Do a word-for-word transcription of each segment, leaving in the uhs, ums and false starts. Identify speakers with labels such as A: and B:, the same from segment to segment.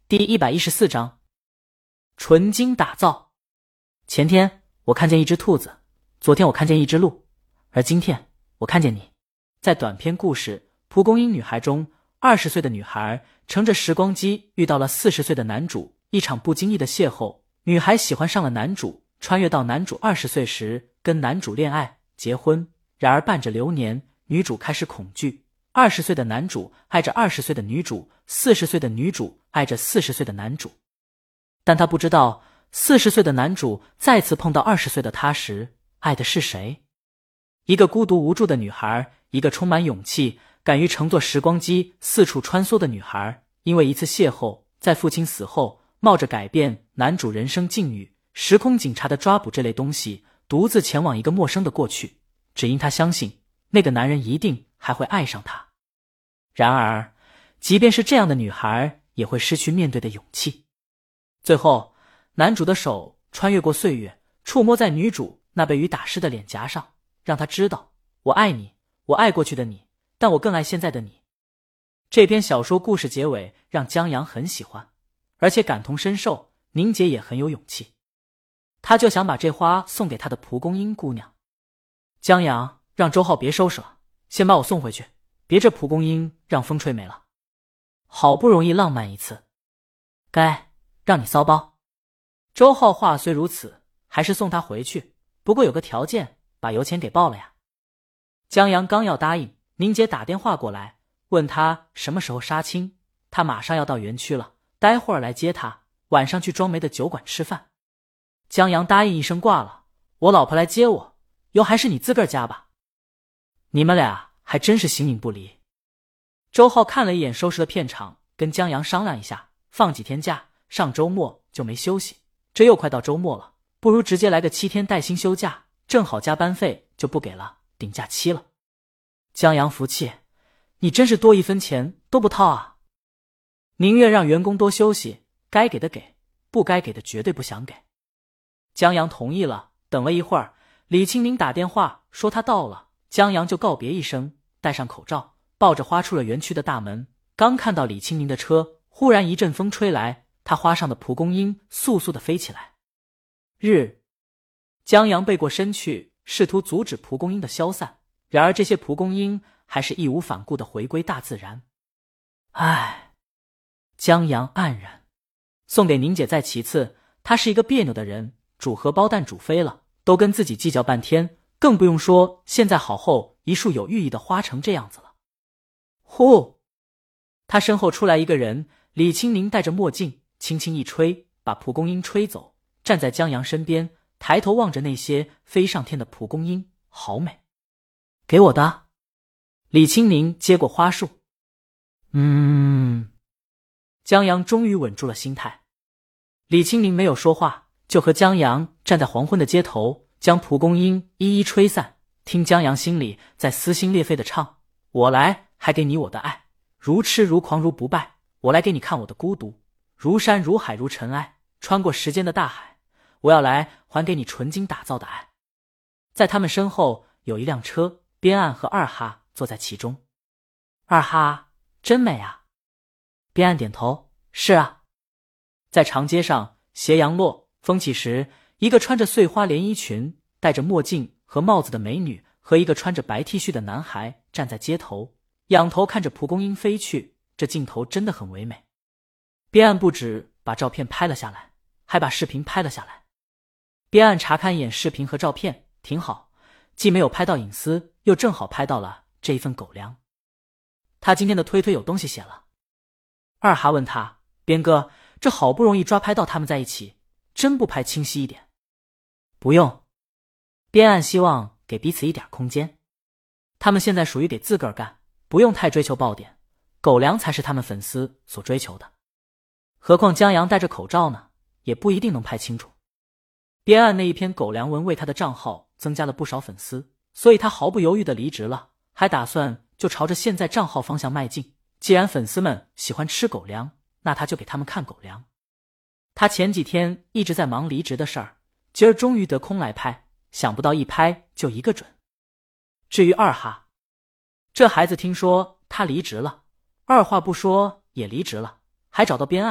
A: 第一百一十四章纯金打造。前天我看见一只兔子，昨天我看见一只鹿，而今天我看见你。在短篇故事《蒲公英女孩》中，二十岁的女孩乘着时光机遇到了四十岁的男主，一场不经意的邂逅，女孩喜欢上了男主，穿越到男主二十岁时跟男主恋爱结婚。然而伴着流年，女主开始恐惧，二十岁的男主爱着二十岁的女主，四十岁的女主爱着四十岁的男主。但她不知道，四十岁的男主再次碰到二十岁的她时，爱的是谁？一个孤独无助的女孩，一个充满勇气，敢于乘坐时光机四处穿梭的女孩，因为一次邂逅，在父亲死后，冒着改变男主人生境遇、时空警察的抓捕这类东西，独自前往一个陌生的过去，只因她相信那个男人一定还会爱上她。然而，即便是这样的女孩，也会失去面对的勇气。最后，男主的手穿越过岁月，触摸在女主那被雨打湿的脸颊上，让她知道，我爱你，我爱过去的你，但我更爱现在的你。这篇小说故事结尾让江阳很喜欢，而且感同身受，宁姐也很有勇气。他就想把这花送给他的蒲公英姑娘。江阳，让周浩别收拾了，先把我送回去，别这蒲公英让风吹没了。好不容易浪漫一次，该让你骚包。周浩话虽如此，还是送他回去，不过有个条件，把油钱给报了呀。江阳刚要答应，宁姐打电话过来，问他什么时候杀青，他马上要到园区了，待会儿来接他，晚上去庄梅的酒馆吃饭。江阳答应一声挂了，我老婆来接我，油还是你自个儿加吧。你们俩还真是形影不离。周浩看了一眼收拾的片场，跟江阳商量一下，放几天假，上周末就没休息，这又快到周末了，不如直接来个七天带薪休假，正好加班费就不给了，顶假期了。江阳服气，你真是多一分钱都不掏啊。宁愿让员工多休息，该给的给，不该给的绝对不想给。江阳同意了，等了一会儿，李清明打电话说他到了，江阳就告别一声，戴上口罩，抱着花出了园区的大门。刚看到李清明的车，忽然一阵风吹来，他花上的蒲公英簌簌地飞起来。日，江阳背过身去，试图阻止蒲公英的消散，然而这些蒲公英还是义无反顾地回归大自然。唉，江阳黯然。送给宁姐再其次，她是一个别扭的人，煮荷包蛋煮飞了，都跟自己计较半天，更不用说现在好后一束有寓意的花成这样子了。呼，他身后出来一个人，李清明戴着墨镜，轻轻一吹，把蒲公英吹走，站在江阳身边，抬头望着那些飞上天的蒲公英，好美。给我的。李清明接过花束。嗯。江阳终于稳住了心态。李清明没有说话，就和江阳站在黄昏的街头，将蒲公英一一吹散，听江阳心里在撕心裂肺地唱，我来还给你我的爱，如痴如狂如不败，我来给你看我的孤独，如山如海如尘埃，穿过时间的大海，我要来还给你纯金打造的爱。在他们身后有一辆车，边岸和二哈坐在其中。二哈，真美啊。边岸点头，是啊。在长街上，斜阳落，风起时，一个穿着碎花连衣裙、戴着墨镜和帽子的美女和一个穿着白 T 恤的男孩站在街头，仰头看着蒲公英飞去，这镜头真的很唯美。边岸不止把照片拍了下来，还把视频拍了下来。边岸查看一眼视频和照片，挺好，既没有拍到隐私，又正好拍到了这一份狗粮。他今天的推推有东西写了。二哈问他，边哥，这好不容易抓拍到他们在一起，真不拍清晰一点？不用。边岸希望给彼此一点空间。他们现在属于给自个儿干，不用太追求爆点，狗粮才是他们粉丝所追求的。何况江阳戴着口罩呢，也不一定能拍清楚。边岸那一篇狗粮文为他的账号增加了不少粉丝，所以他毫不犹豫地离职了，还打算就朝着现在账号方向迈进。既然粉丝们喜欢吃狗粮，那他就给他们看狗粮。他前几天一直在忙离职的事儿，今儿终于得空来拍，想不到一拍就一个准。至于二哈，这孩子听说他离职了，二话不说也离职了，还找到边岸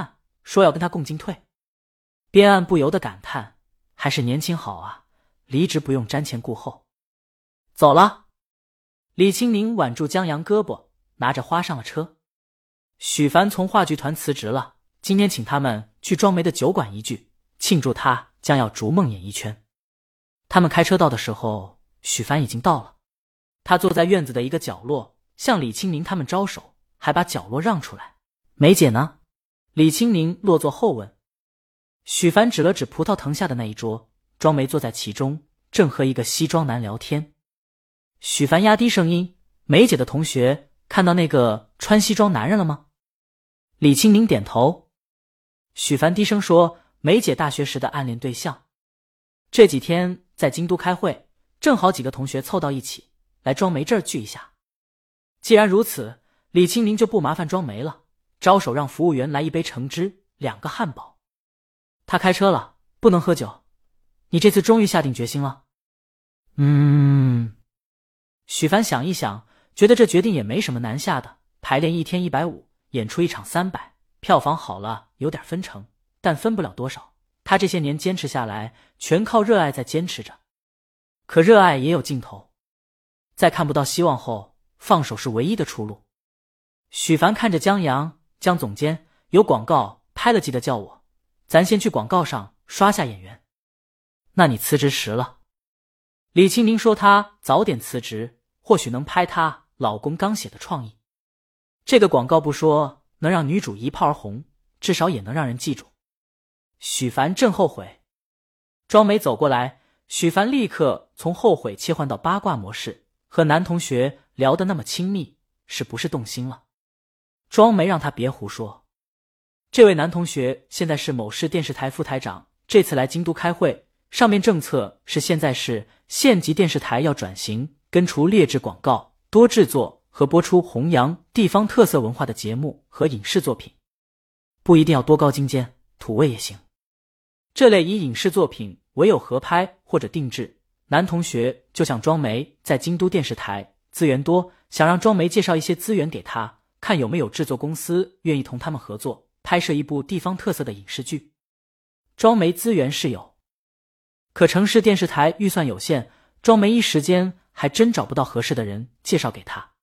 A: 说要跟他共进退。边岸不由得感叹，还是年轻好啊，离职不用瞻前顾后。走了。李青宁挽住江阳胳膊，拿着花上了车。许凡从话剧团辞职了，今天请他们去庄梅的酒馆一聚，庆祝他将要逐梦演艺圈。他们开车到的时候，许凡已经到了。他坐在院子的一个角落，向李青宁他们招手，还把角落让出来。梅姐呢？李青宁落座后问。许凡指了指葡萄藤下的那一桌，庄梅坐在其中，正和一个西装男聊天。许凡压低声音，梅姐的同学看到那个穿西装男人了吗？李青宁点头。许凡低声说，梅姐大学时的暗恋对象。这几天在京都开会，正好几个同学凑到一起，来庄梅这儿聚一下。既然如此，李青宁就不麻烦庄梅了，招手让服务员来一杯橙汁，两个汉堡。他开车了，不能喝酒。你这次终于下定决心了？嗯。许凡想一想，觉得这决定也没什么难下的。排练一天一百五，演出一场三百，票房好了有点分成，但分不了多少。他这些年坚持下来，全靠热爱在坚持着。可热爱也有尽头，在看不到希望后，放手是唯一的出路。许凡看着江阳，江总监，有广告拍了记得叫我，咱先去广告上刷下演员。那你辞职时了？李青宁说他早点辞职，或许能拍她老公刚写的创意。这个广告不说能让女主一炮而红，至少也能让人记住。许凡正后悔。庄梅走过来，许凡立刻从后悔切换到八卦模式，和男同学聊得那么亲密，是不是动心了？庄梅让他别胡说。这位男同学现在是某市电视台副台长，这次来京都开会，上面政策是现在是县级电视台要转型，根除劣质广告，多制作和播出弘扬地方特色文化的节目和影视作品，不一定要多高精尖，土味也行。这类以影视作品唯有合拍或者定制，男同学就像庄梅在京都电视台资源多，想让庄梅介绍一些资源给他，看有没有制作公司愿意同他们合作，拍摄一部地方特色的影视剧。庄梅资源是有，可城市电视台预算有限，庄梅一时间还真找不到合适的人介绍给他。